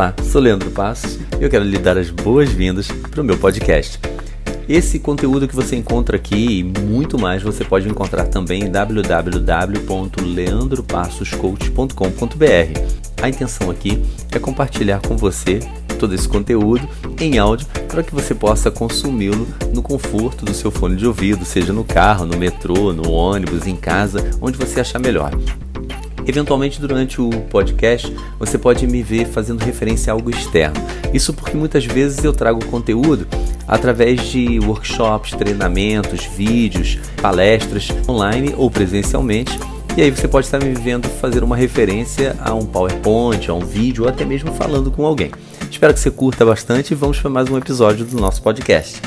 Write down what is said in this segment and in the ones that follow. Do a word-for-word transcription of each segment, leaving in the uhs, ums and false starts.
Olá, sou Leandro Passos e eu quero lhe dar as boas-vindas para o meu podcast. Esse conteúdo que você encontra aqui e muito mais você pode encontrar também em w w w ponto leandro passos coach ponto com ponto b r. A intenção aqui é compartilhar com você todo esse conteúdo em áudio para que você possa consumi-lo no conforto do seu fone de ouvido, seja no carro, no metrô, no ônibus, em casa, onde você achar melhor. Eventualmente, durante o podcast, você pode me ver fazendo referência a algo externo. Isso porque muitas vezes eu trago conteúdo através de workshops, treinamentos, vídeos, palestras, online ou presencialmente. E aí você pode estar me vendo fazer uma referência a um PowerPoint, a um vídeo ou até mesmo falando com alguém. Espero que você curta bastante e vamos para mais um episódio do nosso podcast.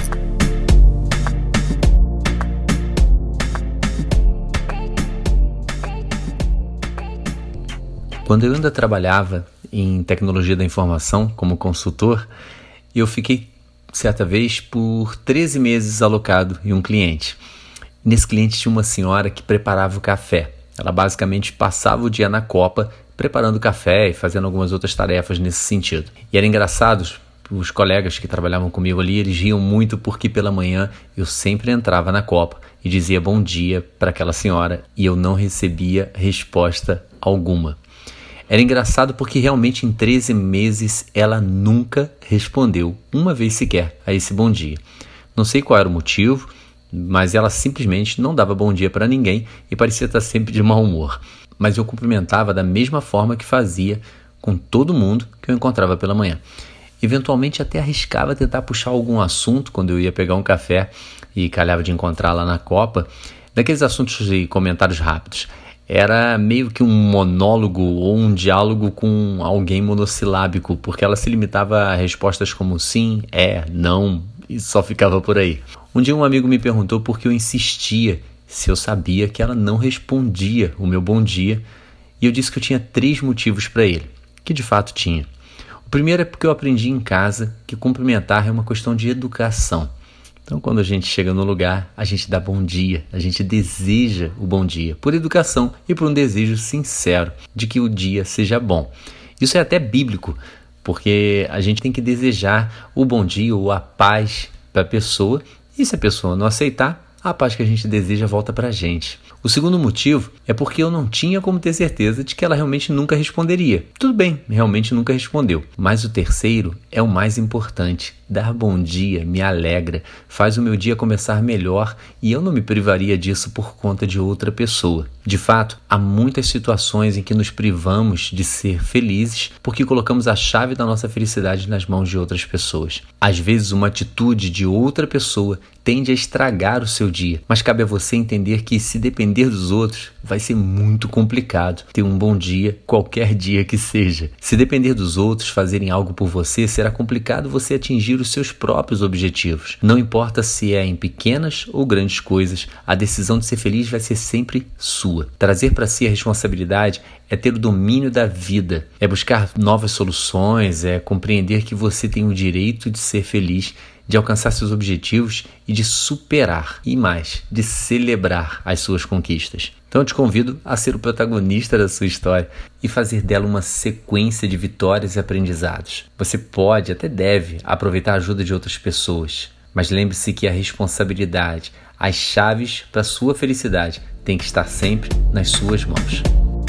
Quando eu ainda trabalhava em tecnologia da informação como consultor, eu fiquei, certa vez, por treze meses alocado em um cliente. Nesse cliente tinha uma senhora que preparava o café. Ela basicamente passava o dia na copa preparando café e fazendo algumas outras tarefas nesse sentido. E era engraçado, os colegas que trabalhavam comigo ali, eles riam muito porque pela manhã eu sempre entrava na copa e dizia bom dia para aquela senhora e eu não recebia resposta alguma. Era engraçado porque realmente em treze meses ela nunca respondeu uma vez sequer a esse bom dia. Não sei qual era o motivo, mas ela simplesmente não dava bom dia para ninguém e parecia estar sempre de mau humor. Mas eu cumprimentava da mesma forma que fazia com todo mundo que eu encontrava pela manhã. Eventualmente até arriscava tentar puxar algum assunto quando eu ia pegar um café e calhava de encontrá-la na copa, daqueles assuntos e comentários rápidos. Era meio que um monólogo ou um diálogo com alguém monossilábico, porque ela se limitava a respostas como sim, é, não, e só ficava por aí. Um dia um amigo me perguntou por que eu insistia se eu sabia que ela não respondia o meu bom dia, e eu disse que eu tinha três motivos para ele, que de fato tinha. O primeiro é porque eu aprendi em casa que cumprimentar é uma questão de educação. Então, quando a gente chega no lugar, a gente dá bom dia, a gente deseja o bom dia, por educação e por um desejo sincero de que o dia seja bom. Isso é até bíblico, porque a gente tem que desejar o bom dia ou a paz para a pessoa, e se a pessoa não aceitar, a paz que a gente deseja volta para a gente. O segundo motivo é porque eu não tinha como ter certeza de que ela realmente nunca responderia. Tudo bem, realmente nunca respondeu. Mas o terceiro é o mais importante. Dar bom dia me alegra, faz o meu dia começar melhor e eu não me privaria disso por conta de outra pessoa. De fato, há muitas situações em que nos privamos de ser felizes porque colocamos a chave da nossa felicidade nas mãos de outras pessoas. Às vezes, uma atitude de outra pessoa tende a estragar o seu dia, mas cabe a você entender que se depender dos outros, vai ser muito complicado ter um bom dia qualquer dia que seja. Se depender dos outros fazerem algo por você, será complicado você atingir os seus próprios objetivos. Não importa se é em pequenas ou grandes coisas, a decisão de ser feliz vai ser sempre sua. Trazer para si a responsabilidade é ter o domínio da vida, é buscar novas soluções, é compreender que você tem o direito de ser feliz, de alcançar seus objetivos e de superar, e mais, de celebrar as suas conquistas. Então eu te convido a ser o protagonista da sua história e fazer dela uma sequência de vitórias e aprendizados. Você pode, até deve, aproveitar a ajuda de outras pessoas, mas lembre-se que a responsabilidade, as chaves para a sua felicidade tem que estar sempre nas suas mãos.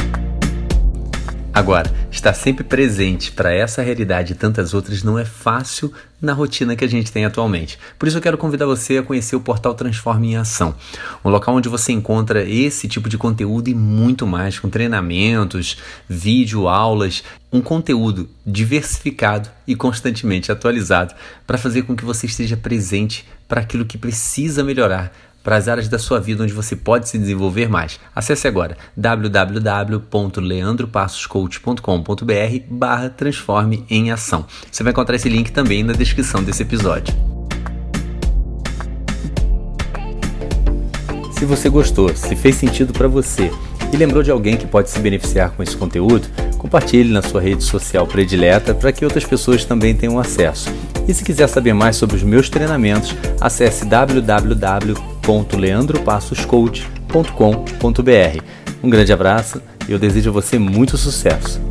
Agora, estar sempre presente para essa realidade e tantas outras não é fácil na rotina que a gente tem atualmente. Por isso eu quero convidar você a conhecer o portal Transforma em Ação, um local onde você encontra esse tipo de conteúdo e muito mais, com treinamentos, vídeo, aulas, um conteúdo diversificado e constantemente atualizado para fazer com que você esteja presente para aquilo que precisa melhorar, para as áreas da sua vida onde você pode se desenvolver mais. Acesse agora w w w ponto leandro passos coach ponto com ponto b r barra transforme em ação. Você vai encontrar esse link também na descrição desse episódio. Se você gostou, se fez sentido para você e lembrou de alguém que pode se beneficiar com esse conteúdo, compartilhe na sua rede social predileta para que outras pessoas também tenham acesso. E se quiser saber mais sobre os meus treinamentos, acesse w w w ponto leandro passos coach ponto com ponto b r. Um grande abraço e eu desejo a você muito sucesso.